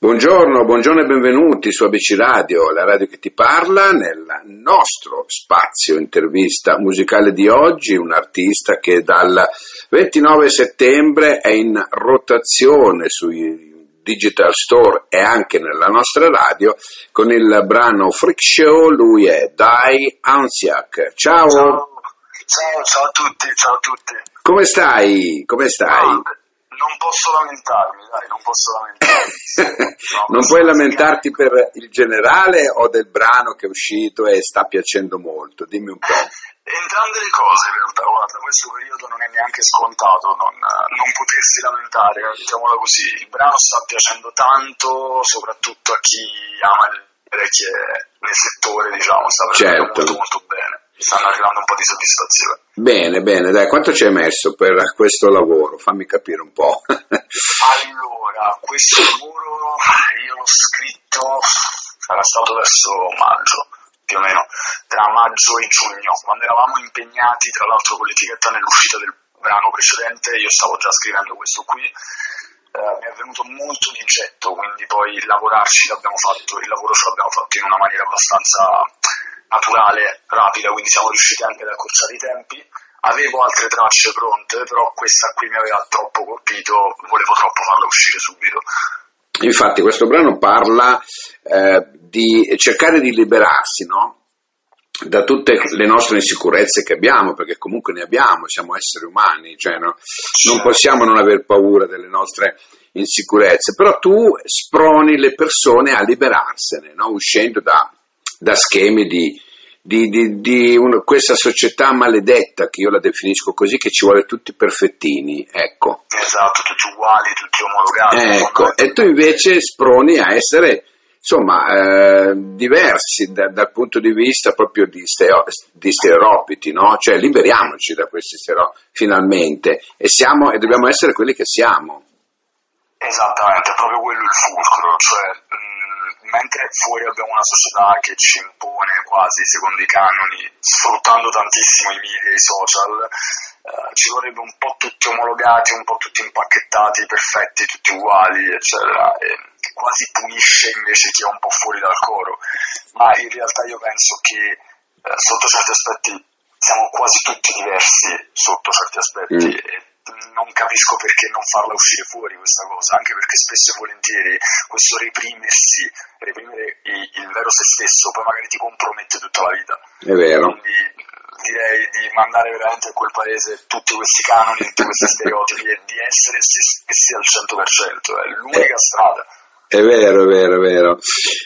Buongiorno e benvenuti su ABC Radio, la radio che ti parla, nel nostro spazio intervista musicale di oggi, un artista che dal 29 settembre è in rotazione sui digital store e anche nella nostra radio con il brano Freak Show. Lui è Die Hansiak. Ciao! Ciao a tutti, ciao a tutti. Come stai? Non posso lamentarmi, dai, non posso lamentarmi. Non puoi lamentarti per il generale o del brano che è uscito e sta piacendo molto? Dimmi un po'. Entrambe le cose in realtà, guarda, questo periodo non è neanche scontato non potersi lamentare, diciamola così. Il brano sta piacendo tanto, soprattutto a chi ama le orecchie nel settore, diciamo, sta facendo molto bene. Stanno arrivando un po' di soddisfazione. Bene, dai, quanto ci hai messo per questo lavoro? Fammi capire un po'. Allora, questo lavoro io l'ho scritto, sarà stato verso maggio, più o meno, tra maggio e giugno, quando eravamo impegnati tra l'altro con l'etichetta nell'uscita del brano precedente. Io stavo già scrivendo questo qui, mi è venuto molto di getto, quindi poi il lavoro ce l'abbiamo fatto in una maniera abbastanza naturale, rapida, quindi siamo riusciti anche ad accorciare i tempi. Avevo altre tracce pronte, però questa qui mi aveva troppo colpito, volevo troppo farla uscire subito. Infatti questo brano parla di cercare di liberarsi, no? Da tutte le nostre insicurezze che abbiamo, perché comunque ne abbiamo, siamo esseri umani, cioè no? Non possiamo non aver paura delle nostre insicurezze, però tu sproni le persone a liberarsene, no? Uscendo da schemi di questa società maledetta, che io la definisco così, che ci vuole tutti perfettini, ecco. Esatto, tutti uguali, tutti omologati. Ecco, e tu invece sproni a essere, insomma, diversi dal punto di vista proprio di stereotipi, no? Cioè liberiamoci da questi stereotipi, finalmente, e dobbiamo essere quelli che siamo. Esattamente, è proprio quello il fulcro, cioè mentre fuori abbiamo una società che ci impone quasi secondo i canoni, sfruttando tantissimo i media e i social, ci vorrebbe un po' tutti omologati, un po' tutti impacchettati, perfetti, tutti uguali, eccetera, e quasi punisce invece chi è un po' fuori dal coro. Ma in realtà io penso che sotto certi aspetti siamo quasi tutti diversi sotto certi aspetti, e non capisco perché non farla uscire fuori questa cosa, anche perché spesso e volentieri questo reprimere il vero se stesso poi magari ti compromette tutta la vita. È vero. Quindi direi di mandare veramente a quel paese tutti questi canoni, tutti questi stereotipi, e di essere se stessi al 100%, è l'unica strada. È vero.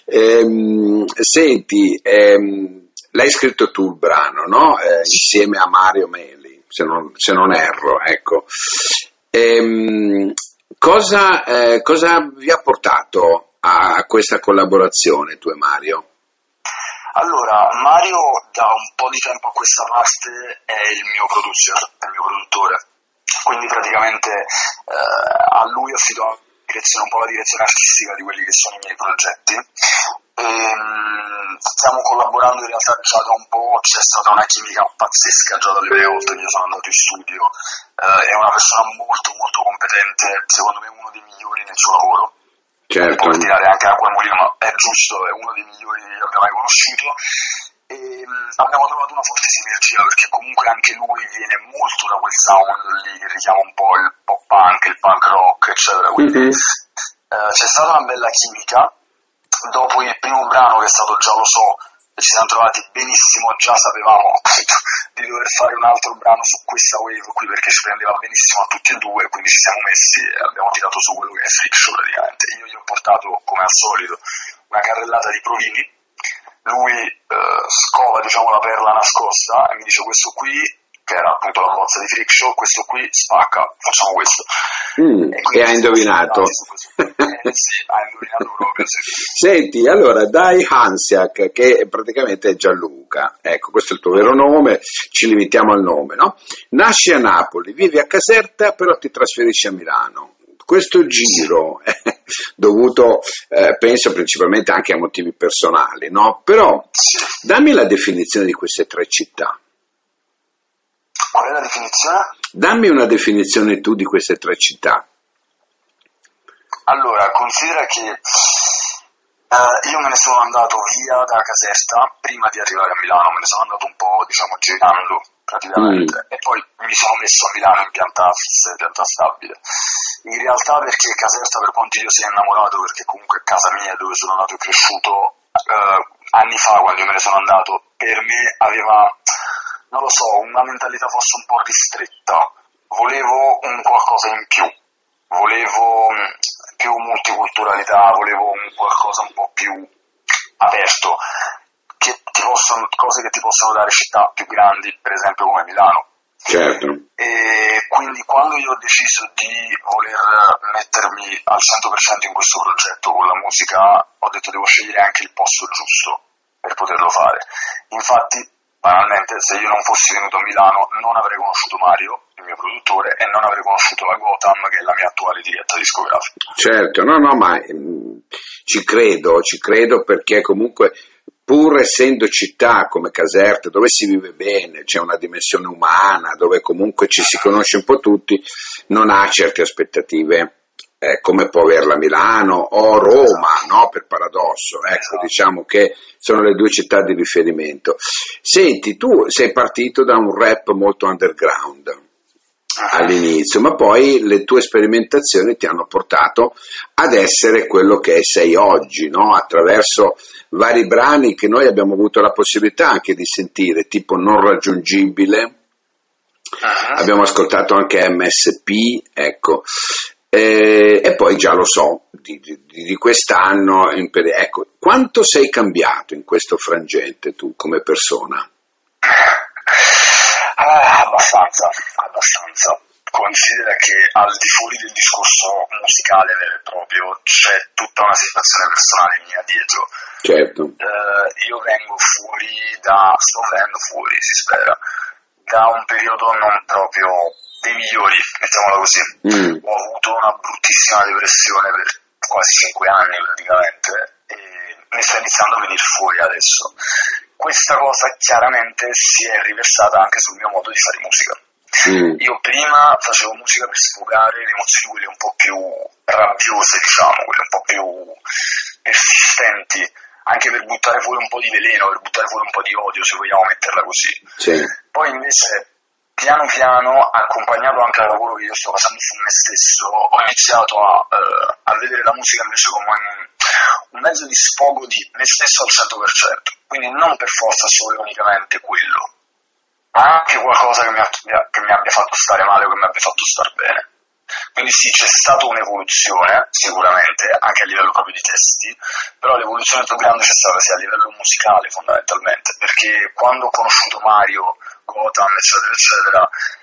Senti, l'hai scritto tu il brano, no? Insieme a Mario Meli, se non erro, ecco. Cosa vi ha portato a questa collaborazione, tu e Mario? Allora, Mario da un po' di tempo a questa parte è il mio produttore, quindi praticamente a lui affido un po' la direzione artistica di quelli che sono i miei progetti. Stiamo collaborando in realtà già da un po', c'è stata una chimica pazzesca già dalle prime volte che io sono andato in studio. È una persona molto molto competente, secondo me uno dei migliori nel suo lavoro. Certo. Può tirare anche acqua al mulino, ma è giusto, è uno dei migliori che abbia mai conosciuto. E abbiamo trovato una forte sinergia, perché comunque anche lui viene molto da quel sound lì che richiama un po' il pop punk, il punk rock, eccetera. Quindi c'è stata una bella chimica. Dopo il primo brano, che è stato Già lo so, ci siamo trovati benissimo, già sapevamo di dover fare un altro brano su questa wave qui, perché ci prendeva benissimo a tutti e due, quindi ci siamo messi e abbiamo tirato su quello che è Freak Show praticamente. Io gli ho portato, come al solito, una carrellata di provini, lui scova, diciamo, la perla nascosta e mi dice: questo qui, che era appunto la bozza di Freak Show, questo qui spacca, facciamo questo. E ha indovinato. Sì, ha indovinato proprio. Sì. Senti, allora, Die Hansiak, che praticamente è Gianluca, ecco, questo è il tuo vero nome, ci limitiamo al nome, no? Nasci a Napoli, vivi a Caserta, però ti trasferisci a Milano. Questo giro è dovuto, penso, principalmente anche a motivi personali, no? Però, dammi la definizione di queste tre città. Qual è la definizione? Dammi una definizione tu di queste tre città. Allora, considera che io me ne sono andato via da Caserta prima di arrivare a Milano, me ne sono andato un po', diciamo, girando praticamente, e poi mi sono messo a Milano in pianta fissa, in pianta stabile. In realtà perché Caserta, per quanto io sia innamorato, perché comunque è casa mia dove sono nato e cresciuto, anni fa quando io me ne sono andato, per me aveva, non lo so, una mentalità forse un po' ristretta. Volevo un qualcosa in più, volevo più multiculturalità, volevo un qualcosa un po' più aperto, cose che ti possono dare città più grandi, per esempio come Milano. Certo. E quindi quando io ho deciso di voler mettermi al 100% in questo progetto con la musica, ho detto devo scegliere anche il posto giusto per poterlo fare. Infatti, banalmente, se io non fossi venuto a Milano non avrei conosciuto Mario, il mio produttore, e non avrei conosciuto la Gotham, che è la mia attuale diretta discografica. Certo, no, ma ci credo perché comunque, pur essendo città come Caserta, dove si vive bene, c'è una dimensione umana, dove comunque ci si conosce un po' tutti, non ha certe aspettative come può averla Milano o Roma, no? Per paradosso, ecco, Esatto. diciamo che sono le due città di riferimento. Senti, tu sei partito da un rap molto underground all'inizio, ma poi le tue sperimentazioni ti hanno portato ad essere quello che sei oggi, no? Attraverso vari brani che noi abbiamo avuto la possibilità anche di sentire, tipo Non Raggiungibile, abbiamo ascoltato anche MSP, ecco, e poi Già lo so, di quest'anno, ecco, quanto sei cambiato in questo frangente tu come persona? Abbastanza. Considera che al di fuori del discorso musicale vero e proprio c'è tutta una situazione personale mia dietro. Certo. Io sto venendo fuori, si spera, da un periodo non proprio dei migliori, mettiamola così. Ho avuto una bruttissima depressione per quasi 5 anni praticamente e ne sta iniziando a venire fuori adesso. Questa cosa chiaramente si è riversata anche sul mio modo di fare musica. Io prima facevo musica per sfogare le emozioni, quelle un po' più rabbiose, diciamo, quelle un po' più persistenti, anche per buttare fuori un po' di veleno, per buttare fuori un po' di odio, se vogliamo metterla così. Sì. Poi invece, piano piano, accompagnato anche al lavoro che io sto facendo su me stesso, ho iniziato a vedere la musica invece come un mezzo di sfogo di me stesso al 100%, quindi non per forza solo e unicamente quello, ma anche qualcosa che mi abbia fatto stare male o che mi abbia fatto star bene. Quindi sì, c'è stata un'evoluzione, sicuramente, anche a livello proprio di testi, però l'evoluzione più grande c'è stata sia a livello musicale fondamentalmente, perché quando ho conosciuto Mario, Gotham, eccetera, eccetera,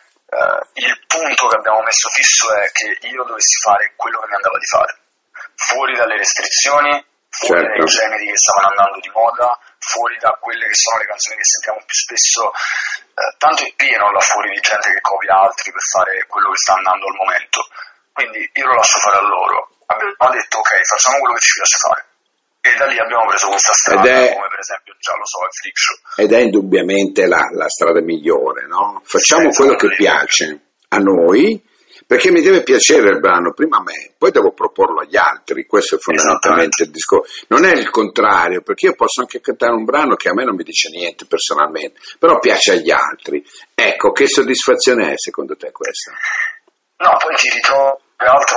il punto che abbiamo messo fisso è che io dovessi fare quello che mi andava di fare, fuori dalle restrizioni, fuori dai generi che stavano andando di moda, fuori da quelle che sono le canzoni che sentiamo più spesso. Tanto è pieno là fuori di gente che copia altri per fare quello che sta andando al momento, quindi io lo lascio fare a loro. Abbiamo detto ok, facciamo quello che ci piace fare, e da lì abbiamo preso questa strada, come per esempio Già lo so, il Freak Show. Ed è indubbiamente la strada migliore, no? Facciamo quello che piace a noi, perché mi deve piacere il brano prima a me, poi devo proporlo agli altri. Questo è fondamentalmente il discorso. Non è il contrario, perché io posso anche cantare un brano che a me non mi dice niente personalmente, però piace agli altri. Ecco, che soddisfazione è secondo te questa? No, poi ti ritrovo peraltro a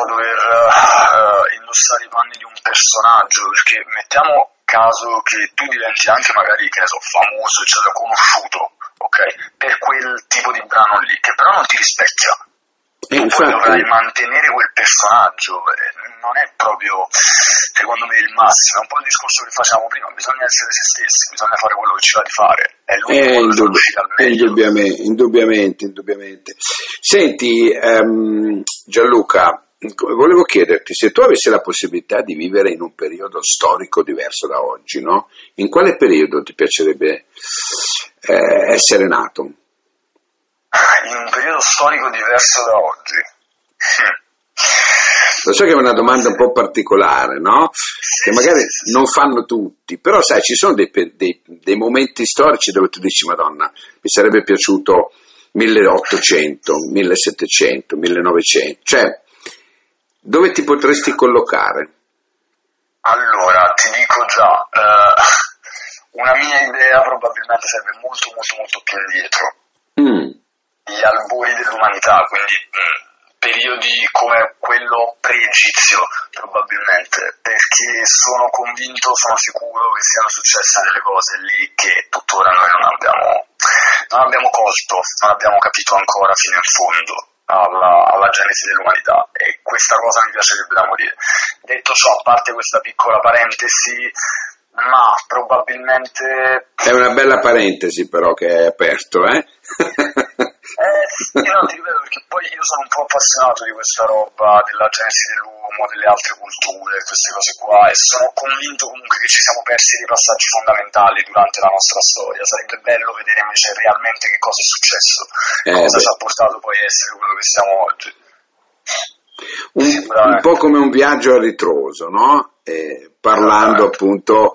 dover indossare i panni di un personaggio, perché mettiamo caso che tu diventi anche magari, che ne so, famoso, eccetera, conosciuto, ok, per quel tipo di brano lì, che però non ti rispecchia. Tu poi dovrai mantenere quel personaggio, non è proprio, secondo me, il massimo. È un po' il discorso che facciamo prima, bisogna essere se stessi, bisogna fare quello che ci va di fare, è l'unico modo per uscire al meglio. Indubbiamente. Senti, Gianluca, volevo chiederti, se tu avessi la possibilità di vivere in un periodo storico diverso da oggi, no? In quale periodo ti piacerebbe essere nato? In un periodo storico diverso da oggi. Lo so che è una domanda un po' particolare, no? Che magari non fanno tutti, però sai, ci sono dei momenti storici dove tu dici, Madonna, mi sarebbe piaciuto 1800, 1700, 1900, cioè Dove ti potresti collocare? Allora, ti dico già, una mia idea probabilmente sarebbe molto molto molto più indietro, gli albori dell'umanità, quindi periodi come quello pre-egizio probabilmente, perché sono convinto, sono sicuro che siano successe delle cose lì che tuttora noi non abbiamo colto, non abbiamo capito ancora fino in fondo alla genesi dell'umanità, e questa cosa mi piacerebbe da morire. Detto ciò, a parte questa piccola parentesi, ma probabilmente... È una bella parentesi però che hai aperto, Sì, no, ti ripeto, perché poi io sono un po' appassionato di questa roba, della genesi dell'uomo, delle altre culture, queste cose qua, e sono convinto comunque che ci siamo persi dei passaggi fondamentali durante la nostra storia. Sarebbe bello vedere invece realmente che cosa è successo, cosa ci ha portato poi a essere quello che siamo oggi. Un po' come un viaggio a ritroso, no? Parlando appunto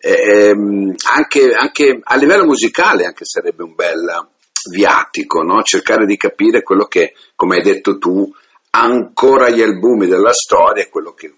anche a livello musicale, anche sarebbe un bel viatico, no? Cercare di capire quello che, come hai detto tu, ancora gli albumi della storia, quello che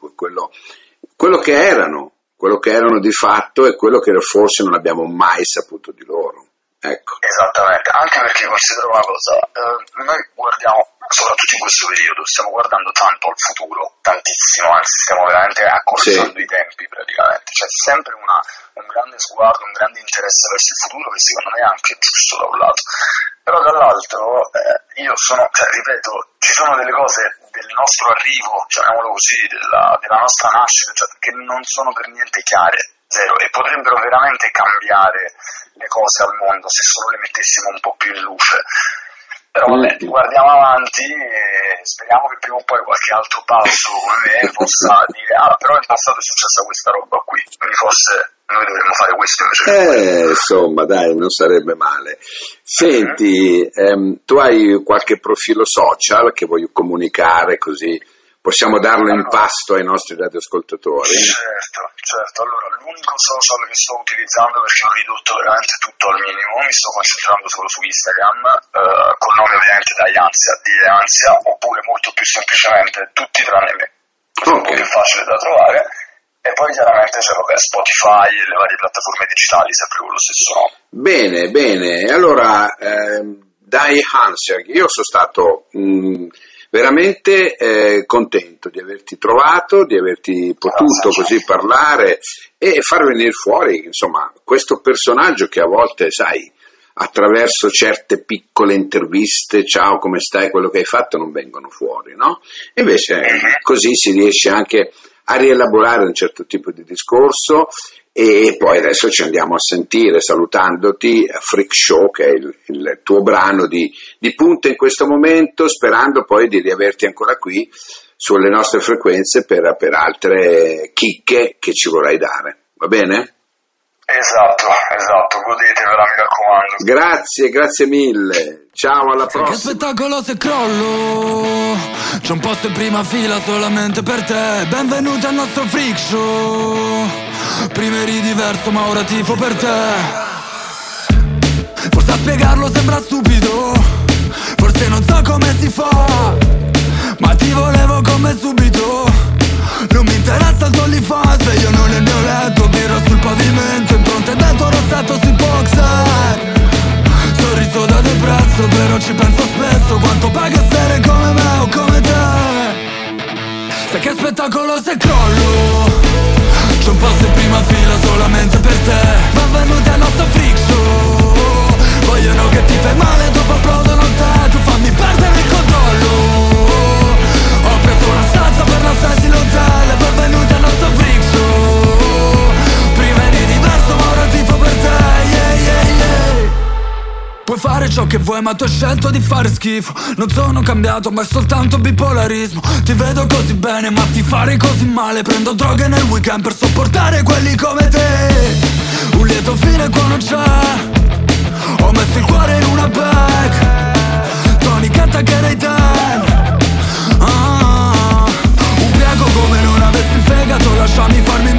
erano di fatto e quello che forse non abbiamo mai saputo di loro. Ecco. Esattamente, anche perché considero una cosa, noi guardiamo, soprattutto in questo periodo, stiamo guardando tanto al futuro, tantissimo, anzi stiamo veramente accorciando i tempi praticamente, c'è sempre un grande sguardo, un grande interesse verso il futuro che secondo me è anche giusto da un lato, però dall'altro ripeto, ci sono delle cose del nostro arrivo, chiamiamolo così, della nostra nascita, che non sono per niente chiare, zero, e potrebbero veramente cambiare le cose al mondo se solo le mettessimo un po' più in luce. Però vabbè, guardiamo avanti e speriamo che prima o poi qualche altro passo come me possa dire però in passato è successa questa roba qui, quindi forse noi dovremmo fare questo invece. Insomma, dai, non sarebbe male. Senti, tu hai qualche profilo social che vuoi comunicare, così possiamo darlo in pasto ai nostri radioascoltatori? Certo. Allora, l'unico social che sto utilizzando, perché ho ridotto veramente tutto al minimo, mi sto concentrando solo su Instagram, col nome ovviamente Ansia, oppure molto più semplicemente Tutti tranne me, un po' più facile da trovare. E poi chiaramente c'è Spotify e le varie piattaforme digitali, sempre con lo stesso nome. Bene. Allora, dai Ansia, io sono stato veramente contento di averti trovato, di averti potuto così parlare e far venire fuori, insomma, questo personaggio che a volte, sai, attraverso certe piccole interviste, ciao come stai, quello che hai fatto, non vengono fuori, no? Invece così si riesce anche a rielaborare un certo tipo di discorso. E poi adesso ci andiamo a sentire, salutandoti, Freak Show, che è il tuo brano di punta in questo momento, sperando poi di riaverti ancora qui sulle nostre frequenze per altre chicche che ci vorrai dare, va bene? Esatto, godetevela, mi raccomando. Grazie mille, ciao, alla prossima. Che spettacolo se crollo, c'è un posto in prima fila solamente per te, benvenuto al nostro Freak Show. Prima eri diverso ma ora tifo per te. Forse a spiegarlo sembra stupido, forse non so come si fa, ma ti volevo come subito. Non mi interessa il tuo OnlyFans, io non nel mio letto, birra sul pavimento, impronte dentro rossetto sui boxer. Sorriso da depresso, però ci penso spesso, quanto paga essere come me o come te. Sai che spettacolo se crollo, c'è un posto in prima fila solamente per te, benvenuti al nostro Freak Show. Vogliono che ti fai male, dopo applaudono te, tu fammi perdere il controllo. Ho preso una stanza per la Cecil Hotel, benvenuti al nostro Freak Show. Prima eri diverso ma ora tifo per te, yeah. Puoi fare ciò che vuoi ma tu hai scelto di fare schifo. Non sono cambiato ma è soltanto bipolarismo. Ti vedo così bene ma ti farei così male. Prendo droghe nel weekend per sopportare quelli come te. Un lieto fine qua non c'è, ho messo il cuore in una bag, tonicetta che dei te. Ubriaco come non avessi il fegato, lasciami farmi